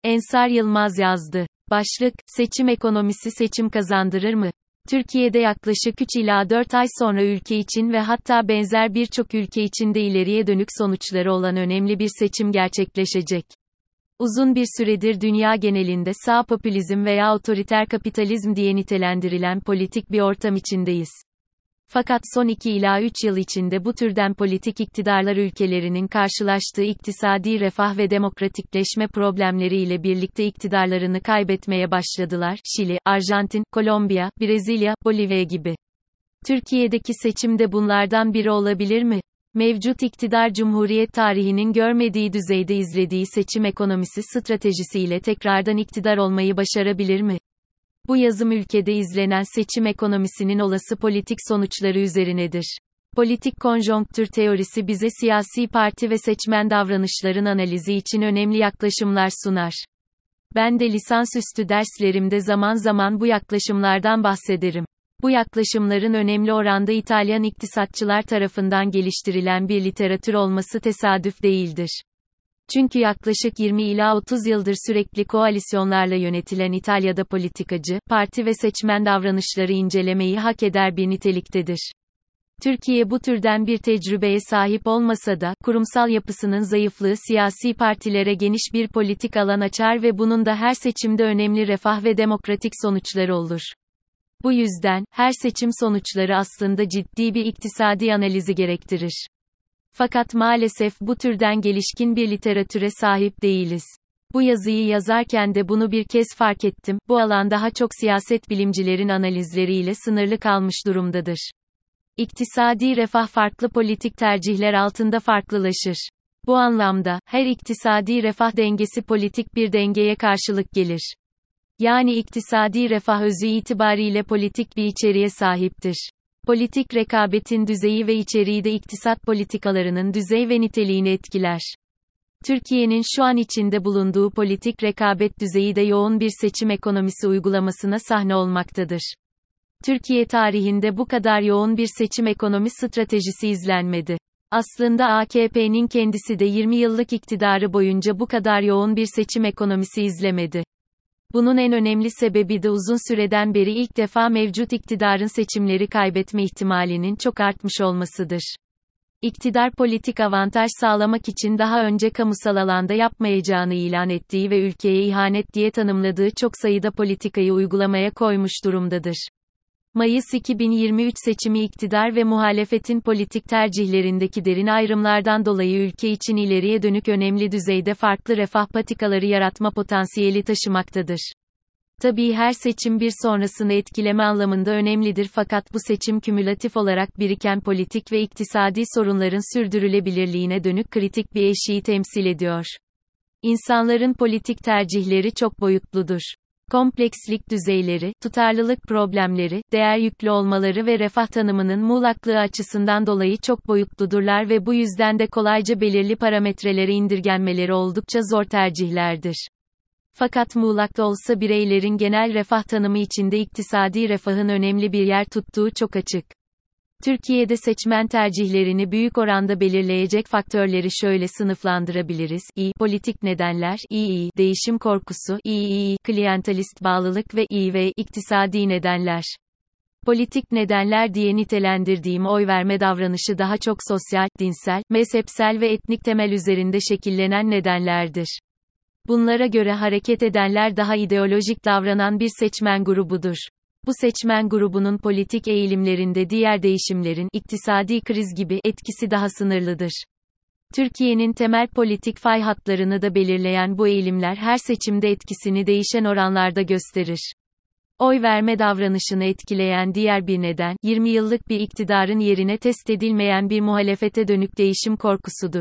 Ensar Yılmaz yazdı. Başlık, seçim ekonomisi seçim kazandırır mı? Türkiye'de yaklaşık 3 ila 4 ay sonra ülke için ve hatta benzer birçok ülke için de ileriye dönük sonuçları olan önemli bir seçim gerçekleşecek. Uzun bir süredir dünya genelinde sağ popülizm veya otoriter kapitalizm diye nitelendirilen politik bir ortam içindeyiz. Fakat son 2 ila 3 yıl içinde bu türden politik iktidarlar ülkelerinin karşılaştığı iktisadi refah ve demokratikleşme problemleriyle birlikte iktidarlarını kaybetmeye başladılar. Şili, Arjantin, Kolombiya, Brezilya, Bolivya gibi. Türkiye'deki seçim de bunlardan biri olabilir mi? Mevcut iktidar Cumhuriyet tarihinin görmediği düzeyde izlediği seçim ekonomisi stratejisiyle tekrardan iktidar olmayı başarabilir mi? Bu yazım ülkede izlenen seçim ekonomisinin olası politik sonuçları üzerinedir. Politik konjonktür teorisi bize siyasi parti ve seçmen davranışların analizi için önemli yaklaşımlar sunar. Ben de lisansüstü derslerimde zaman zaman bu yaklaşımlardan bahsederim. Bu yaklaşımların önemli oranda İtalyan iktisatçılar tarafından geliştirilen bir literatür olması tesadüf değildir. Çünkü yaklaşık 20 ila 30 yıldır sürekli koalisyonlarla yönetilen İtalya'da politikacı, parti ve seçmen davranışları incelemeyi hak eder bir niteliktedir. Türkiye bu türden bir tecrübeye sahip olmasa da, kurumsal yapısının zayıflığı siyasi partilere geniş bir politik alan açar ve bunun da her seçimde önemli refah ve demokratik sonuçları olur. Bu yüzden, her seçim sonuçları aslında ciddi bir iktisadi analizi gerektirir. Fakat maalesef bu türden gelişkin bir literatüre sahip değiliz. Bu yazıyı yazarken de bunu bir kez fark ettim, bu alan daha çok siyaset bilimcilerin analizleriyle sınırlı kalmış durumdadır. İktisadi refah farklı politik tercihler altında farklılaşır. Bu anlamda, her iktisadi refah dengesi politik bir dengeye karşılık gelir. Yani iktisadi refah özü itibariyle politik bir içeriğe sahiptir. Politik rekabetin düzeyi ve içeriği de iktisat politikalarının düzey ve niteliğini etkiler. Türkiye'nin şu an içinde bulunduğu politik rekabet düzeyi de yoğun bir seçim ekonomisi uygulamasına sahne olmaktadır. Türkiye tarihinde bu kadar yoğun bir seçim ekonomi stratejisi izlenmedi. Aslında AKP'nin kendisi de 20 yıllık iktidarı boyunca bu kadar yoğun bir seçim ekonomisi izlemedi. Bunun en önemli sebebi de uzun süreden beri ilk defa mevcut iktidarın seçimleri kaybetme ihtimalinin çok artmış olmasıdır. İktidar politik avantaj sağlamak için daha önce kamusal alanda yapmayacağını ilan ettiği ve ülkeye ihanet diye tanımladığı çok sayıda politikayı uygulamaya koymuş durumdadır. Mayıs 2023 seçimi iktidar ve muhalefetin politik tercihlerindeki derin ayrımlardan dolayı ülke için ileriye dönük önemli düzeyde farklı refah patikaları yaratma potansiyeli taşımaktadır. Tabii her seçim bir sonrasını etkileme anlamında önemlidir fakat bu seçim kümülatif olarak biriken politik ve iktisadi sorunların sürdürülebilirliğine dönük kritik bir eşiği temsil ediyor. İnsanların politik tercihleri çok boyutludur. Komplekslik düzeyleri, tutarlılık problemleri, değer yüklü olmaları ve refah tanımının muğlaklığı açısından dolayı çok boyutludurlar ve bu yüzden de kolayca belirli parametrelere indirgenmeleri oldukça zor tercihlerdir. Fakat muğlak da olsa bireylerin genel refah tanımı içinde iktisadi refahın önemli bir yer tuttuğu çok açık. Türkiye'de seçmen tercihlerini büyük oranda belirleyecek faktörleri şöyle sınıflandırabiliriz: politik nedenler, değişim korkusu, klientelist bağlılık ve iktisadi nedenler. Politik nedenler diye nitelendirdiğim oy verme davranışı daha çok sosyal, dinsel, mezhepsel ve etnik temel üzerinde şekillenen nedenlerdir. Bunlara göre hareket edenler daha ideolojik davranan bir seçmen grubudur. Bu seçmen grubunun politik eğilimlerinde diğer değişimlerin, iktisadi kriz gibi, etkisi daha sınırlıdır. Türkiye'nin temel politik fay hatlarını da belirleyen bu eğilimler her seçimde etkisini değişen oranlarda gösterir. Oy verme davranışını etkileyen diğer bir neden, 20 yıllık bir iktidarın yerine test edilmeyen bir muhalefete dönük değişim korkusudur.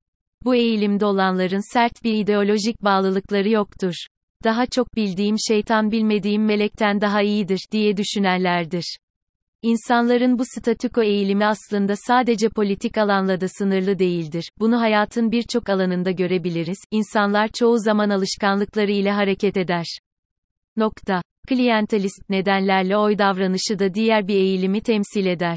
Bu eğilimde olanların sert bir ideolojik bağlılıkları yoktur. Daha çok bildiğim şeytan bilmediğim melekten daha iyidir, diye düşünenlerdir. İnsanların bu statüko eğilimi aslında sadece politik alanla da sınırlı değildir. Bunu hayatın birçok alanında görebiliriz. İnsanlar çoğu zaman alışkanlıkları ile hareket eder. Klientelist nedenlerle oy davranışı da diğer bir eğilimi temsil eder.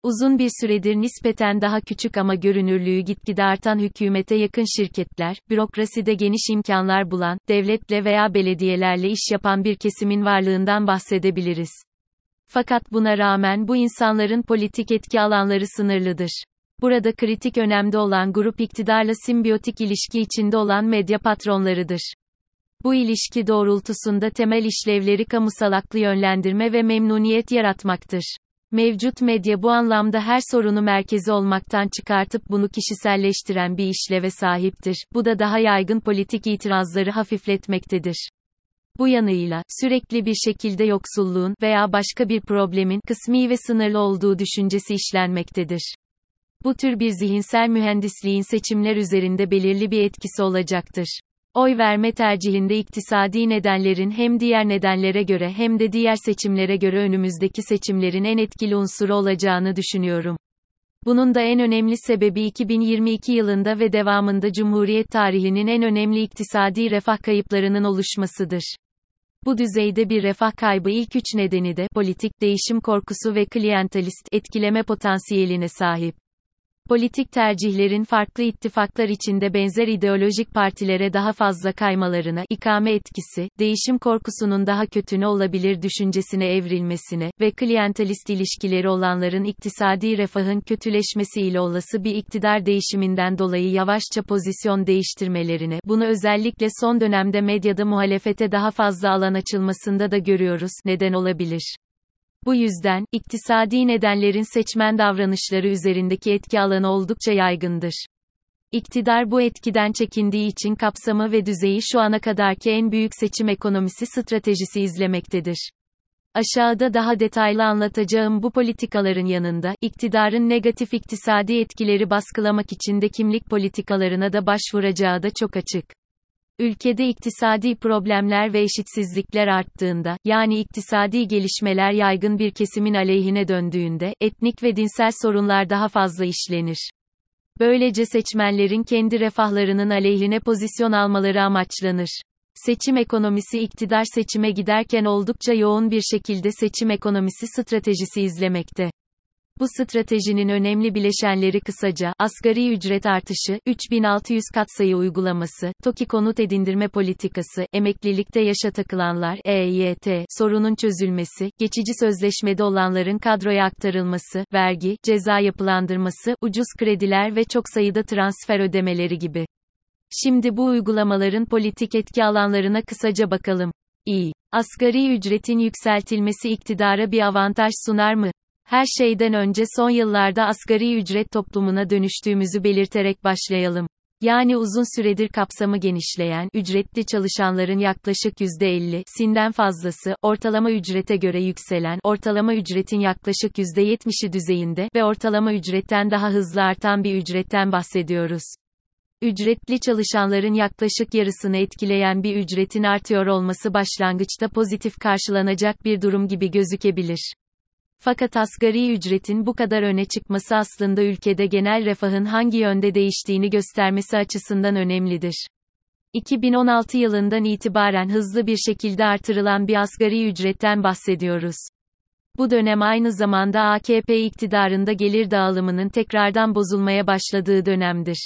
Uzun bir süredir nispeten daha küçük ama görünürlüğü gitgide artan hükümete yakın şirketler, bürokraside geniş imkanlar bulan, devletle veya belediyelerle iş yapan bir kesimin varlığından bahsedebiliriz. Fakat buna rağmen bu insanların politik etki alanları sınırlıdır. Burada kritik önemde olan grup iktidarla simbiyotik ilişki içinde olan medya patronlarıdır. Bu ilişki doğrultusunda temel işlevleri kamusal aklı yönlendirme ve memnuniyet yaratmaktır. Mevcut medya bu anlamda her sorunu merkezi olmaktan çıkartıp bunu kişiselleştiren bir işleve sahiptir. Bu da daha yaygın politik itirazları hafifletmektedir. Bu yanıyla, sürekli bir şekilde yoksulluğun veya başka bir problemin kısmi ve sınırlı olduğu düşüncesi işlenmektedir. Bu tür bir zihinsel mühendisliğin seçimler üzerinde belirli bir etkisi olacaktır. Oy verme tercihinde iktisadi nedenlerin hem diğer nedenlere göre hem de diğer seçimlere göre önümüzdeki seçimlerin en etkili unsuru olacağını düşünüyorum. Bunun da en önemli sebebi 2022 yılında ve devamında Cumhuriyet tarihinin en önemli iktisadi refah kayıplarının oluşmasıdır. Bu düzeyde bir refah kaybı ilk üç nedeni de politik değişim korkusu ve klientelist etkileme potansiyeline sahip. Politik tercihlerin farklı ittifaklar içinde benzer ideolojik partilere daha fazla kaymalarına, ikame etkisi, değişim korkusunun daha kötü ne olabilir düşüncesine evrilmesine ve klientelist ilişkileri olanların iktisadi refahın kötüleşmesi ile olası bir iktidar değişiminden dolayı yavaşça pozisyon değiştirmelerine, bunu özellikle son dönemde medyada muhalefete daha fazla alan açılmasında da görüyoruz, neden olabilir. Bu yüzden, iktisadi nedenlerin seçmen davranışları üzerindeki etki alanı oldukça yaygındır. İktidar bu etkiden çekindiği için kapsamı ve düzeyi şu ana kadarki en büyük seçim ekonomisi stratejisi izlemektedir. Aşağıda daha detaylı anlatacağım bu politikaların yanında, iktidarın negatif iktisadi etkileri baskılamak için de kimlik politikalarına da başvuracağı da çok açık. Ülkede iktisadi problemler ve eşitsizlikler arttığında, yani iktisadi gelişmeler yaygın bir kesimin aleyhine döndüğünde, etnik ve dinsel sorunlar daha fazla işlenir. Böylece seçmenlerin kendi refahlarının aleyhine pozisyon almaları amaçlanır. Seçim ekonomisi iktidar seçime giderken oldukça yoğun bir şekilde seçim ekonomisi stratejisi izlemekte. Bu stratejinin önemli bileşenleri kısaca, asgari ücret artışı, 3600 katsayı uygulaması, TOKİ konut edindirme politikası, emeklilikte yaşa takılanlar, EYT, sorunun çözülmesi, geçici sözleşmede olanların kadroya aktarılması, vergi, ceza yapılandırması, ucuz krediler ve çok sayıda transfer ödemeleri gibi. Şimdi bu uygulamaların politik etki alanlarına kısaca bakalım. Asgari ücretin yükseltilmesi iktidara bir avantaj sunar mı? Her şeyden önce son yıllarda asgari ücret toplumuna dönüştüğümüzü belirterek başlayalım. Yani uzun süredir kapsamı genişleyen, ücretli çalışanların yaklaşık %50'sinden fazlası, ortalama ücrete göre yükselen, ortalama ücretin yaklaşık %70'i düzeyinde ve ortalama ücretten daha hızlı artan bir ücretten bahsediyoruz. Ücretli çalışanların yaklaşık yarısını etkileyen bir ücretin artıyor olması başlangıçta pozitif karşılanacak bir durum gibi gözükebilir. Fakat asgari ücretin bu kadar öne çıkması aslında ülkede genel refahın hangi yönde değiştiğini göstermesi açısından önemlidir. 2016 yılından itibaren hızlı bir şekilde artırılan bir asgari ücretten bahsediyoruz. Bu dönem aynı zamanda AKP iktidarında gelir dağılımının tekrardan bozulmaya başladığı dönemdir.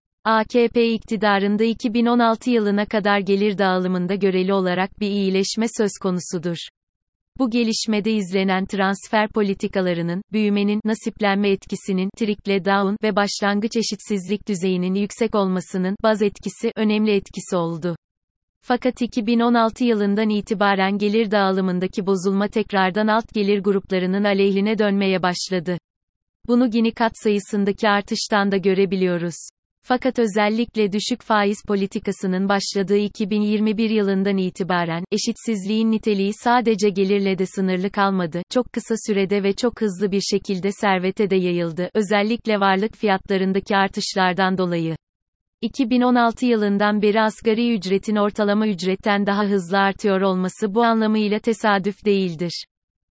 AKP iktidarında 2016 yılına kadar gelir dağılımında göreli olarak bir iyileşme söz konusudur. Bu gelişmede izlenen transfer politikalarının, büyümenin, nasiplenme etkisinin, trickle-down ve başlangıç eşitsizlik düzeyinin yüksek olmasının, baz etkisi, önemli etkisi oldu. Fakat 2016 yılından itibaren gelir dağılımındaki bozulma tekrardan alt gelir gruplarının aleyhine dönmeye başladı. Bunu Gini katsayısındaki artıştan da görebiliyoruz. Fakat özellikle düşük faiz politikasının başladığı 2021 yılından itibaren, eşitsizliğin niteliği sadece gelirle de sınırlı kalmadı, çok kısa sürede ve çok hızlı bir şekilde servete de yayıldı, özellikle varlık fiyatlarındaki artışlardan dolayı. 2016 yılından beri asgari ücretin ortalama ücretten daha hızlı artıyor olması bu anlamıyla tesadüf değildir.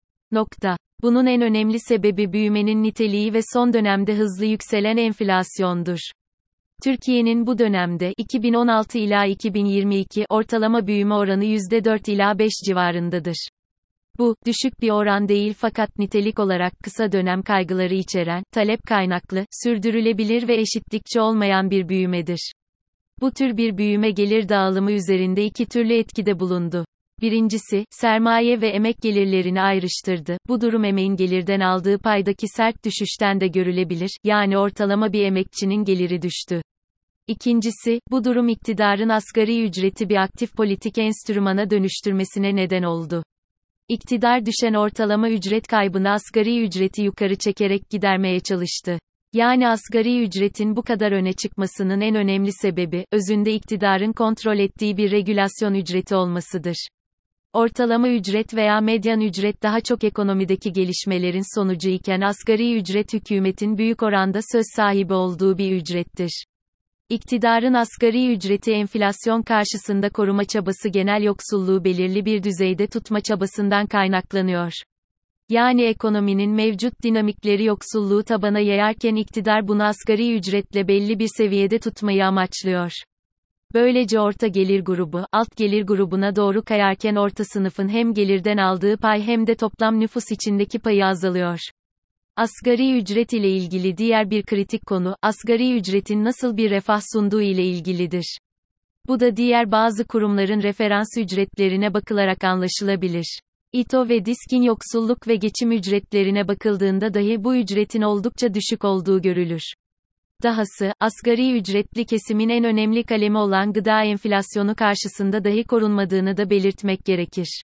Bunun en önemli sebebi büyümenin niteliği ve son dönemde hızlı yükselen enflasyondur. Türkiye'nin bu dönemde 2016 ila 2022 ortalama büyüme oranı %4 ila 5 civarındadır. Bu, düşük bir oran değil fakat nitelik olarak kısa dönem kaygıları içeren, talep kaynaklı, sürdürülebilir ve eşitlikçi olmayan bir büyümedir. Bu tür bir büyüme gelir dağılımı üzerinde iki türlü etkide bulundu. Birincisi, sermaye ve emek gelirlerini ayrıştırdı. Bu durum emeğin gelirden aldığı paydaki sert düşüşten de görülebilir, yani ortalama bir emekçinin geliri düştü. İkincisi, bu durum iktidarın asgari ücreti bir aktif politik enstrümana dönüştürmesine neden oldu. İktidar düşen ortalama ücret kaybını asgari ücreti yukarı çekerek gidermeye çalıştı. Yani asgari ücretin bu kadar öne çıkmasının en önemli sebebi, özünde iktidarın kontrol ettiği bir regülasyon ücreti olmasıdır. Ortalama ücret veya medyan ücret daha çok ekonomideki gelişmelerin sonucu iken asgari ücret hükümetin büyük oranda söz sahibi olduğu bir ücrettir. İktidarın asgari ücreti enflasyon karşısında koruma çabası genel yoksulluğu belirli bir düzeyde tutma çabasından kaynaklanıyor. Yani ekonominin mevcut dinamikleri yoksulluğu tabana yayarken iktidar bunu asgari ücretle belli bir seviyede tutmayı amaçlıyor. Böylece orta gelir grubu, alt gelir grubuna doğru kayarken orta sınıfın hem gelirden aldığı pay hem de toplam nüfus içindeki payı azalıyor. Asgari ücret ile ilgili diğer bir kritik konu, asgari ücretin nasıl bir refah sunduğu ile ilgilidir. Bu da diğer bazı kurumların referans ücretlerine bakılarak anlaşılabilir. İTO ve DİSK'in yoksulluk ve geçim ücretlerine bakıldığında dahi bu ücretin oldukça düşük olduğu görülür. Dahası, asgari ücretli kesimin en önemli kalemi olan gıda enflasyonu karşısında dahi korunmadığını da belirtmek gerekir.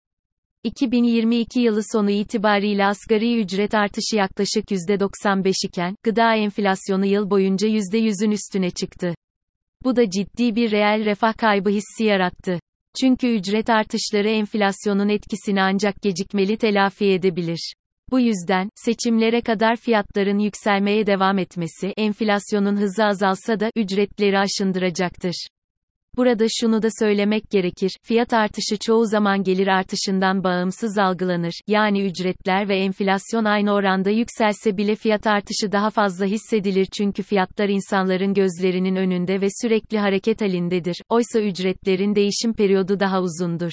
2022 yılı sonu itibariyle asgari ücret artışı yaklaşık %95 iken, gıda enflasyonu yıl boyunca %100'ün üstüne çıktı. Bu da ciddi bir reel refah kaybı hissi yarattı. Çünkü ücret artışları enflasyonun etkisini ancak gecikmeli telafi edebilir. Bu yüzden, seçimlere kadar fiyatların yükselmeye devam etmesi, enflasyonun hızı azalsa da, ücretleri aşındıracaktır. Burada şunu da söylemek gerekir, fiyat artışı çoğu zaman gelir artışından bağımsız algılanır, yani ücretler ve enflasyon aynı oranda yükselse bile fiyat artışı daha fazla hissedilir çünkü fiyatlar insanların gözlerinin önünde ve sürekli hareket halindedir, oysa ücretlerin değişim periyodu daha uzundur.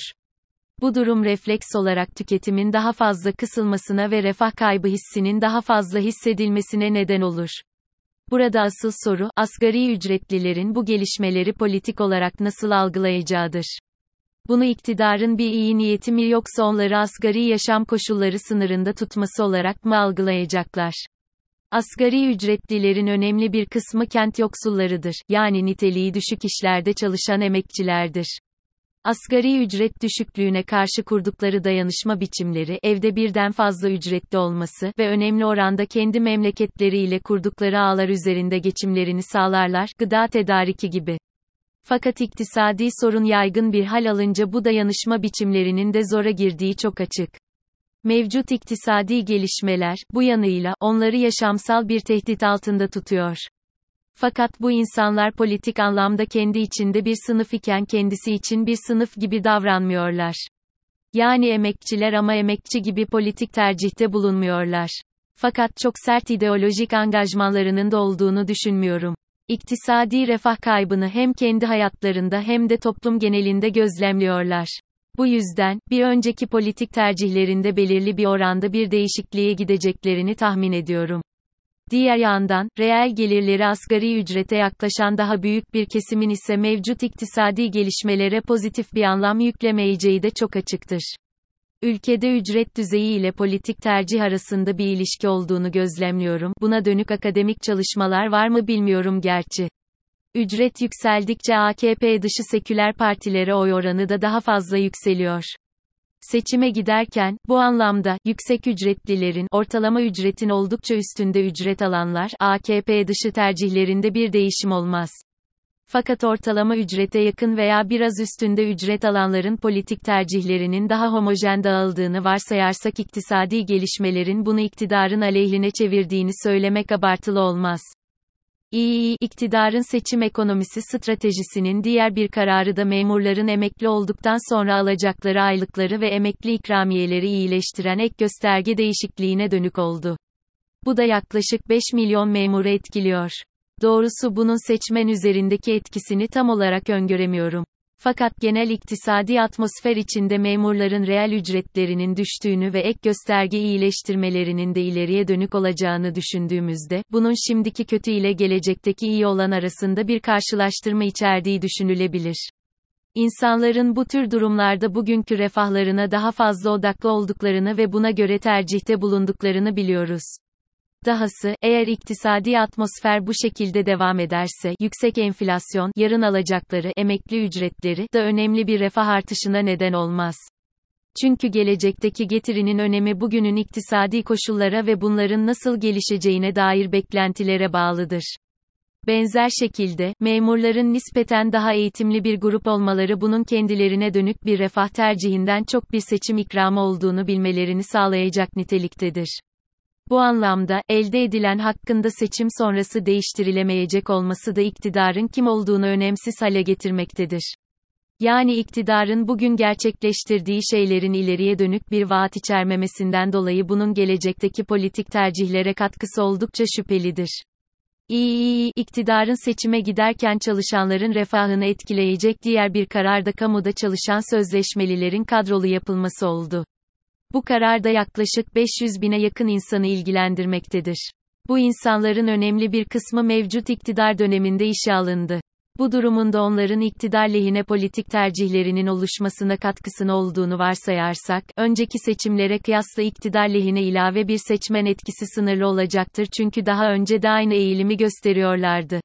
Bu durum refleks olarak tüketimin daha fazla kısılmasına ve refah kaybı hissinin daha fazla hissedilmesine neden olur. Burada asıl soru, asgari ücretlilerin bu gelişmeleri politik olarak nasıl algılayacağıdır. Bunu iktidarın bir iyi niyeti mi yoksa onları asgari yaşam koşulları sınırında tutması olarak mı algılayacaklar? Asgari ücretlilerin önemli bir kısmı kent yoksullarıdır, yani niteliği düşük işlerde çalışan emekçilerdir. Asgari ücret düşüklüğüne karşı kurdukları dayanışma biçimleri, evde birden fazla ücretli olması ve önemli oranda kendi memleketleriyle kurdukları ağlar üzerinde geçimlerini sağlarlar, gıda tedariki gibi. Fakat iktisadi sorun yaygın bir hal alınca bu dayanışma biçimlerinin de zora girdiği çok açık. Mevcut iktisadi gelişmeler, bu yanıyla, onları yaşamsal bir tehdit altında tutuyor. Fakat bu insanlar politik anlamda kendi içinde bir sınıf iken kendisi için bir sınıf gibi davranmıyorlar. Yani emekçiler ama emekçi gibi politik tercihte bulunmuyorlar. Fakat çok sert ideolojik angajmanlarının da olduğunu düşünmüyorum. İktisadi refah kaybını hem kendi hayatlarında hem de toplum genelinde gözlemliyorlar. Bu yüzden, bir önceki politik tercihlerinde belirli bir oranda bir değişikliğe gideceklerini tahmin ediyorum. Diğer yandan, reel gelirleri asgari ücrete yaklaşan daha büyük bir kesimin ise mevcut iktisadi gelişmelere pozitif bir anlam yüklemeyeceği de çok açıktır. Ülkede ücret düzeyi ile politik tercih arasında bir ilişki olduğunu gözlemliyorum. Buna dönük akademik çalışmalar var mı bilmiyorum gerçi. Ücret yükseldikçe AKP dışı seküler partilere oy oranı da daha fazla yükseliyor. Seçime giderken, bu anlamda, yüksek ücretlilerin, ortalama ücretin oldukça üstünde ücret alanlar, AKP dışı tercihlerinde bir değişim olmaz. Fakat ortalama ücrete yakın veya biraz üstünde ücret alanların politik tercihlerinin daha homojen dağıldığını varsayarsak iktisadi gelişmelerin bunu iktidarın aleyhine çevirdiğini söylemek abartılı olmaz. İktidarın seçim ekonomisi stratejisinin diğer bir kararı da memurların emekli olduktan sonra alacakları aylıkları ve emekli ikramiyeleri iyileştiren ek gösterge değişikliğine dönük oldu. Bu da yaklaşık 5 milyon memuru etkiliyor. Doğrusu bunun seçmen üzerindeki etkisini tam olarak öngöremiyorum. Fakat genel iktisadi atmosfer içinde memurların reel ücretlerinin düştüğünü ve ek gösterge iyileştirmelerinin de ileriye dönük olacağını düşündüğümüzde, bunun şimdiki kötü ile gelecekteki iyi olan arasında bir karşılaştırma içerdiği düşünülebilir. İnsanların bu tür durumlarda bugünkü refahlarına daha fazla odaklı olduklarını ve buna göre tercihte bulunduklarını biliyoruz. Dahası, eğer iktisadi atmosfer bu şekilde devam ederse, yüksek enflasyon, yarın alacakları, emekli ücretleri, de önemli bir refah artışına neden olmaz. Çünkü gelecekteki getirinin önemi bugünün iktisadi koşullara ve bunların nasıl gelişeceğine dair beklentilere bağlıdır. Benzer şekilde, memurların nispeten daha eğitimli bir grup olmaları bunun kendilerine dönük bir refah tercihinden çok bir seçim ikramı olduğunu bilmelerini sağlayacak niteliktedir. Bu anlamda, elde edilen hakkında seçim sonrası değiştirilemeyecek olması da iktidarın kim olduğunu önemsiz hale getirmektedir. Yani iktidarın bugün gerçekleştirdiği şeylerin ileriye dönük bir vaat içermemesinden dolayı bunun gelecekteki politik tercihlere katkısı oldukça şüphelidir. İktidarın seçime giderken çalışanların refahını etkileyecek diğer bir karar da kamuda çalışan sözleşmelilerin kadrolu yapılması oldu. Bu karar da yaklaşık 500 bine yakın insanı ilgilendirmektedir. Bu insanların önemli bir kısmı mevcut iktidar döneminde işe alındı. Bu durumun da onların iktidar lehine politik tercihlerinin oluşmasına katkısının olduğunu varsayarsak, önceki seçimlere kıyasla iktidar lehine ilave bir seçmen etkisi sınırlı olacaktır çünkü daha önce de aynı eğilimi gösteriyorlardı.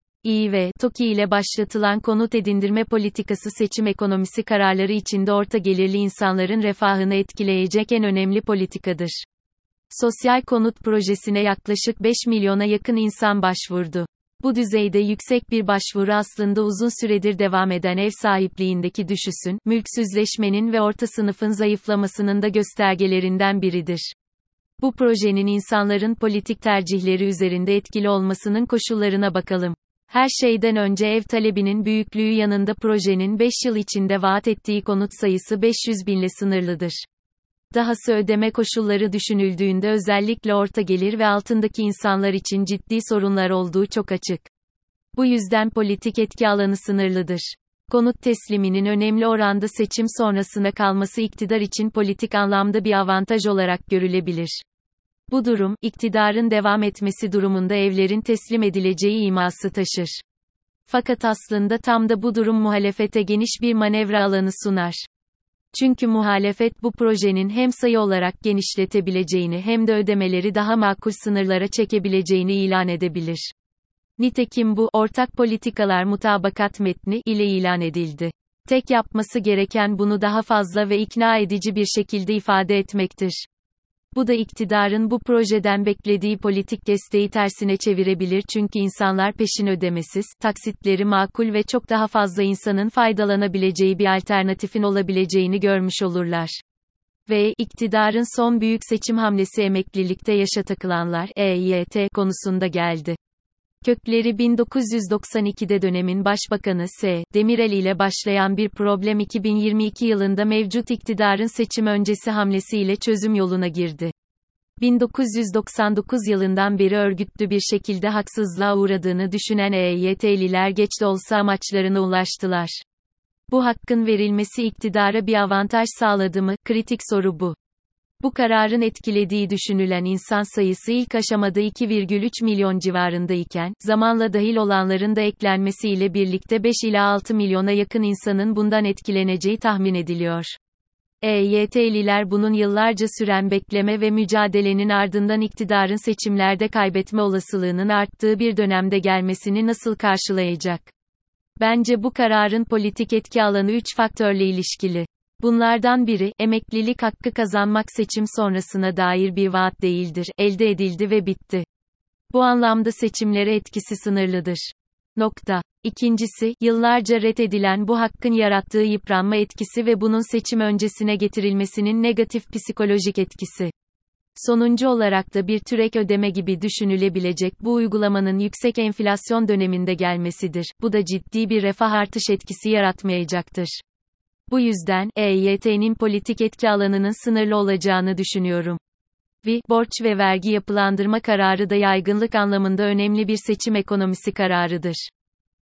TOKİ ile başlatılan konut edindirme politikası seçim ekonomisi kararları içinde orta gelirli insanların refahını etkileyecek en önemli politikadır. Sosyal konut projesine yaklaşık 5 milyona yakın insan başvurdu. Bu düzeyde yüksek bir başvuru aslında uzun süredir devam eden ev sahipliğindeki düşüşün, mülksüzleşmenin ve orta sınıfın zayıflamasının da göstergelerinden biridir. Bu projenin insanların politik tercihleri üzerinde etkili olmasının koşullarına bakalım. Her şeyden önce ev talebinin büyüklüğü yanında projenin 5 yıl içinde vaat ettiği konut sayısı 500 binle sınırlıdır. Dahası ödeme koşulları düşünüldüğünde özellikle orta gelir ve altındaki insanlar için ciddi sorunlar olduğu çok açık. Bu yüzden politik etki alanı sınırlıdır. Konut tesliminin önemli oranda seçim sonrasına kalması iktidar için politik anlamda bir avantaj olarak görülebilir. Bu durum, iktidarın devam etmesi durumunda evlerin teslim edileceği iması taşır. Fakat aslında tam da bu durum muhalefete geniş bir manevra alanı sunar. Çünkü muhalefet bu projenin hem sayı olarak genişletebileceğini hem de ödemeleri daha makul sınırlara çekebileceğini ilan edebilir. Nitekim bu, ortak politikalar mutabakat metni ile ilan edildi. Tek yapması gereken bunu daha fazla ve ikna edici bir şekilde ifade etmektir. Bu da iktidarın bu projeden beklediği politik desteği tersine çevirebilir çünkü insanlar peşin ödemesiz, taksitleri makul ve çok daha fazla insanın faydalanabileceği bir alternatifin olabileceğini görmüş olurlar. Ve, iktidarın son büyük seçim hamlesi emeklilikte yaşa takılanlar, EYT konusunda geldi. Kökleri 1992'de dönemin Başbakanı S. Demirel ile başlayan bir problem 2022 yılında mevcut iktidarın seçim öncesi hamlesiyle çözüm yoluna girdi. 1999 yılından beri örgütlü bir şekilde haksızlığa uğradığını düşünen EYT'liler geç de olsa amaçlarına ulaştılar. Bu hakkın verilmesi iktidara bir avantaj sağladı mı? Kritik soru bu. Bu kararın etkilediği düşünülen insan sayısı ilk aşamada 2,3 milyon civarındayken, zamanla dahil olanların da eklenmesiyle birlikte 5 ila 6 milyona yakın insanın bundan etkileneceği tahmin ediliyor. EYT'liler bunun yıllarca süren bekleme ve mücadelenin ardından iktidarın seçimlerde kaybetme olasılığının arttığı bir dönemde gelmesini nasıl karşılayacak? Bence bu kararın politik etki alanı 3 faktörle ilişkili. Bunlardan biri, emeklilik hakkı kazanmak seçim sonrasına dair bir vaat değildir, elde edildi ve bitti. Bu anlamda seçimlere etkisi sınırlıdır. İkincisi, yıllarca reddedilen bu hakkın yarattığı yıpranma etkisi ve bunun seçim öncesine getirilmesinin negatif psikolojik etkisi. Sonuncu olarak da bir tür ek ödeme gibi düşünülebilecek bu uygulamanın yüksek enflasyon döneminde gelmesidir. Bu da ciddi bir refah artış etkisi yaratmayacaktır. Bu yüzden, EYT'nin politik etki alanının sınırlı olacağını düşünüyorum. Borç ve vergi yapılandırma kararı da yaygınlık anlamında önemli bir seçim ekonomisi kararıdır.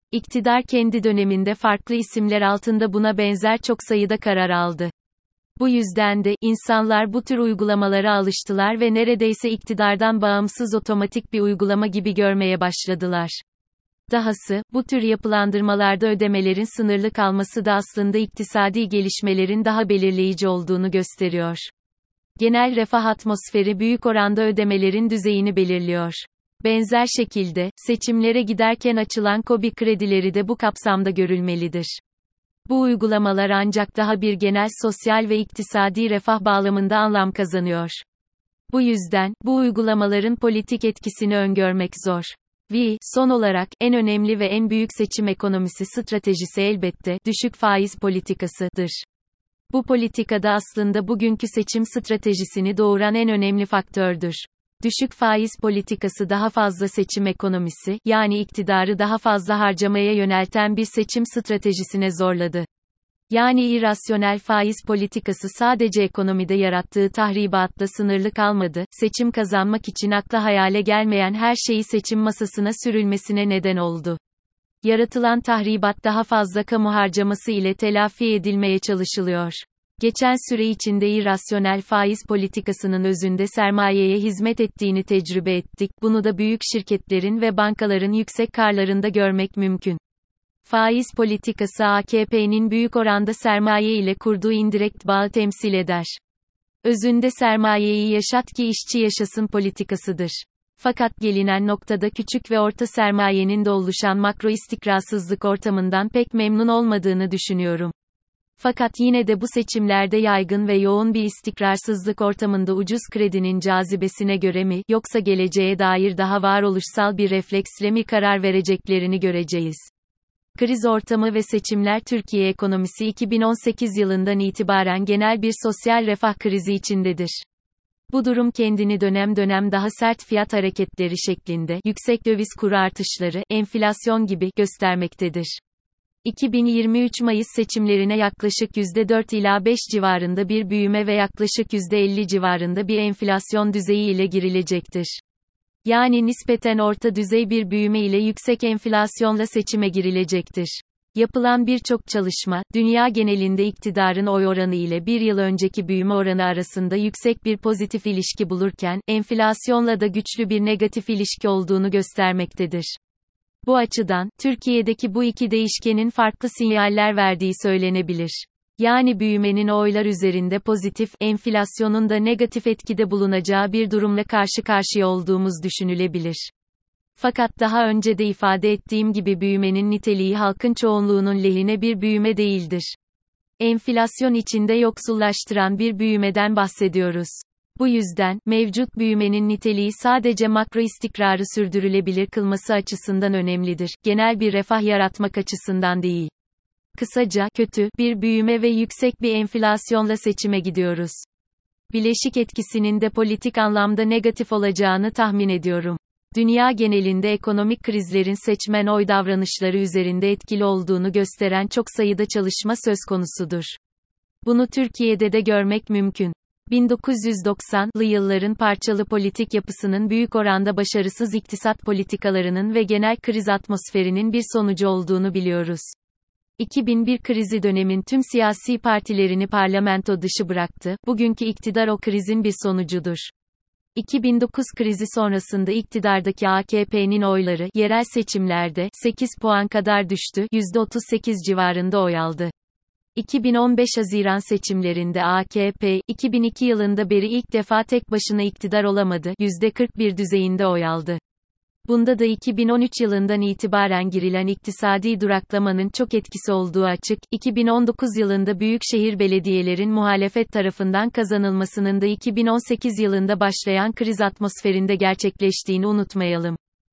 İktidar kendi döneminde farklı isimler altında buna benzer çok sayıda karar aldı. Bu yüzden de, insanlar bu tür uygulamalara alıştılar ve neredeyse iktidardan bağımsız otomatik bir uygulama gibi görmeye başladılar. Dahası, bu tür yapılandırmalarda ödemelerin sınırlı kalması da aslında iktisadi gelişmelerin daha belirleyici olduğunu gösteriyor. Genel refah atmosferi büyük oranda ödemelerin düzeyini belirliyor. Benzer şekilde, seçimlere giderken açılan KOBİ kredileri de bu kapsamda görülmelidir. Bu uygulamalar ancak daha bir genel sosyal ve iktisadi refah bağlamında anlam kazanıyor. Bu yüzden, bu uygulamaların politik etkisini öngörmek zor. Son olarak, en önemli ve en büyük seçim ekonomisi stratejisi elbette, düşük faiz politikasıdır. Bu politikada aslında bugünkü seçim stratejisini doğuran en önemli faktördür. Düşük faiz politikası daha fazla seçim ekonomisi, yani iktidarı daha fazla harcamaya yönelten bir seçim stratejisine zorladı. Yani irrasyonel faiz politikası sadece ekonomide yarattığı tahribatla sınırlı kalmadı, seçim kazanmak için akla hayale gelmeyen her şeyi seçim masasına sürülmesine neden oldu. Yaratılan tahribat daha fazla kamu harcaması ile telafi edilmeye çalışılıyor. Geçen süre içinde irrasyonel faiz politikasının özünde sermayeye hizmet ettiğini tecrübe ettik, bunu da büyük şirketlerin ve bankaların yüksek karlarında görmek mümkün. Faiz politikası AKP'nin büyük oranda sermaye ile kurduğu indirekt bağı temsil eder. Özünde sermayeyi yaşat ki işçi yaşasın politikasıdır. Fakat gelinen noktada küçük ve orta sermayenin de oluşan makro istikrarsızlık ortamından pek memnun olmadığını düşünüyorum. Fakat yine de bu seçimlerde yaygın ve yoğun bir istikrarsızlık ortamında ucuz kredinin cazibesine göre mi, yoksa geleceğe dair daha varoluşsal bir refleksle mi karar vereceklerini göreceğiz. Kriz ortamı ve seçimler Türkiye ekonomisi 2018 yılından itibaren genel bir sosyal refah krizi içindedir. Bu durum kendini dönem dönem daha sert fiyat hareketleri şeklinde, yüksek döviz kuru artışları, enflasyon gibi göstermektedir. 2023 Mayıs seçimlerine yaklaşık %4 ila 5 civarında bir büyüme ve yaklaşık %50 civarında bir enflasyon düzeyi ile girilecektir. Yani nispeten orta düzey bir büyüme ile yüksek enflasyonla seçime girilecektir. Yapılan birçok çalışma, dünya genelinde iktidarın oy oranı ile bir yıl önceki büyüme oranı arasında yüksek bir pozitif ilişki bulurken, enflasyonla da güçlü bir negatif ilişki olduğunu göstermektedir. Bu açıdan, Türkiye'deki bu iki değişkenin farklı sinyaller verdiği söylenebilir. Yani büyümenin oylar üzerinde pozitif, enflasyonun da negatif etkide bulunacağı bir durumla karşı karşıya olduğumuz düşünülebilir. Fakat daha önce de ifade ettiğim gibi büyümenin niteliği halkın çoğunluğunun lehine bir büyüme değildir. Enflasyon içinde yoksullaştıran bir büyümeden bahsediyoruz. Bu yüzden, mevcut büyümenin niteliği sadece makro istikrarı sürdürülebilir kılması açısından önemlidir, genel bir refah yaratmak açısından değil. Kısaca, kötü bir büyüme ve yüksek bir enflasyonla seçime gidiyoruz. Bileşik etkisinin de politik anlamda negatif olacağını tahmin ediyorum. Dünya genelinde ekonomik krizlerin seçmen oy davranışları üzerinde etkili olduğunu gösteren çok sayıda çalışma söz konusudur. Bunu Türkiye'de de görmek mümkün. 1990'lı yılların parçalı politik yapısının büyük oranda başarısız iktisat politikalarının ve genel kriz atmosferinin bir sonucu olduğunu biliyoruz. 2001 krizi dönemin tüm siyasi partilerini parlamento dışı bıraktı, bugünkü iktidar o krizin bir sonucudur. 2009 krizi sonrasında iktidardaki AKP'nin oyları, yerel seçimlerde, 8 puan kadar düştü, %38 civarında oy aldı. 2015 Haziran seçimlerinde AKP, 2002 yılında beri ilk defa tek başına iktidar olamadı, %41 düzeyinde oy aldı. Bunda da 2013 yılından itibaren girilen iktisadi duraklamanın çok etkisi olduğu açık, 2019 yılında büyükşehir belediyelerin muhalefet tarafından kazanılmasının da 2018 yılında başlayan kriz atmosferinde gerçekleştiğini unutmayalım.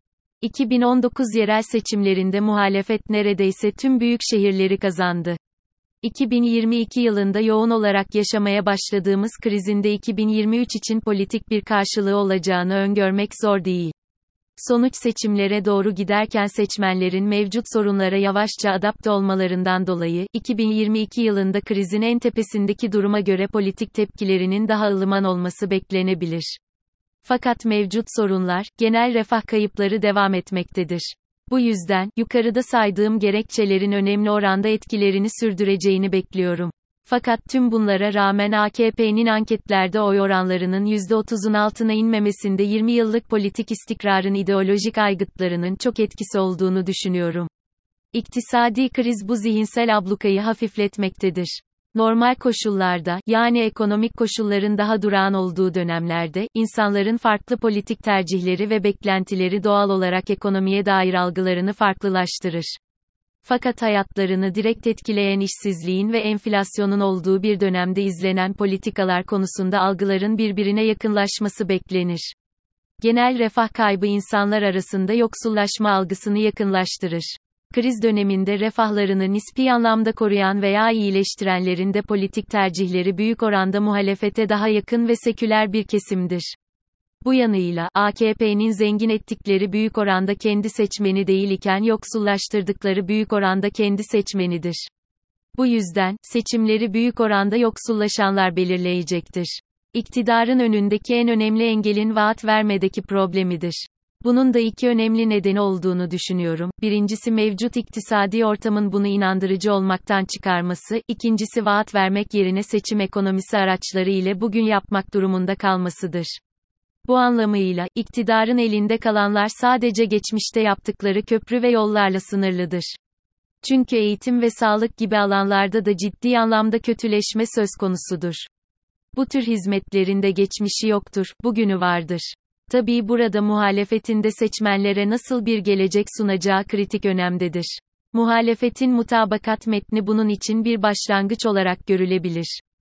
2019 yerel seçimlerinde muhalefet neredeyse tüm büyük şehirleri kazandı. 2022 yılında yoğun olarak yaşamaya başladığımız krizin de 2023 için politik bir karşılığı olacağını öngörmek zor değil. Sonuç seçimlere doğru giderken seçmenlerin mevcut sorunlara yavaşça adapte olmalarından dolayı, 2022 yılında krizin en tepesindeki duruma göre politik tepkilerinin daha ılıman olması beklenebilir. Fakat mevcut sorunlar, genel refah kayıpları devam etmektedir. Bu yüzden, yukarıda saydığım gerekçelerin önemli oranda etkilerini sürdüreceğini bekliyorum. Fakat tüm bunlara rağmen AKP'nin anketlerde oy oranlarının %30'un altına inmemesinde 20 yıllık politik istikrarın ideolojik aygıtlarının çok etkisi olduğunu düşünüyorum. İktisadi kriz bu zihinsel ablukayı hafifletmektedir. Normal koşullarda, yani ekonomik koşulların daha durağan olduğu dönemlerde, insanların farklı politik tercihleri ve beklentileri doğal olarak ekonomiye dair algılarını farklılaştırır. Fakat hayatlarını direkt etkileyen işsizliğin ve enflasyonun olduğu bir dönemde izlenen politikalar konusunda algıların birbirine yakınlaşması beklenir. Genel refah kaybı insanlar arasında yoksullaşma algısını yakınlaştırır. Kriz döneminde refahlarını nispi anlamda koruyan veya iyileştirenlerin de politik tercihleri büyük oranda muhalefete daha yakın ve seküler bir kesimdir. Bu yanıyla, AKP'nin zengin ettikleri büyük oranda kendi seçmeni değil iken yoksullaştırdıkları büyük oranda kendi seçmenidir. Bu yüzden, seçimleri büyük oranda yoksullaşanlar belirleyecektir. İktidarın önündeki en önemli engelin vaat vermedeki problemidir. Bunun da iki önemli nedeni olduğunu düşünüyorum. Birincisi mevcut iktisadi ortamın bunu inandırıcı olmaktan çıkarması, ikincisi vaat vermek yerine seçim ekonomisi araçları ile bugün yapmak durumunda kalmasıdır. Bu anlamıyla, iktidarın elinde kalanlar sadece geçmişte yaptıkları köprü ve yollarla sınırlıdır. Çünkü eğitim ve sağlık gibi alanlarda da ciddi anlamda kötüleşme söz konusudur. Bu tür hizmetlerinde geçmişi yoktur, bugünü vardır. Tabii burada muhalefetin de seçmenlere nasıl bir gelecek sunacağı kritik önemdedir. Muhalefetin mutabakat metni bunun için bir başlangıç olarak görülebilir.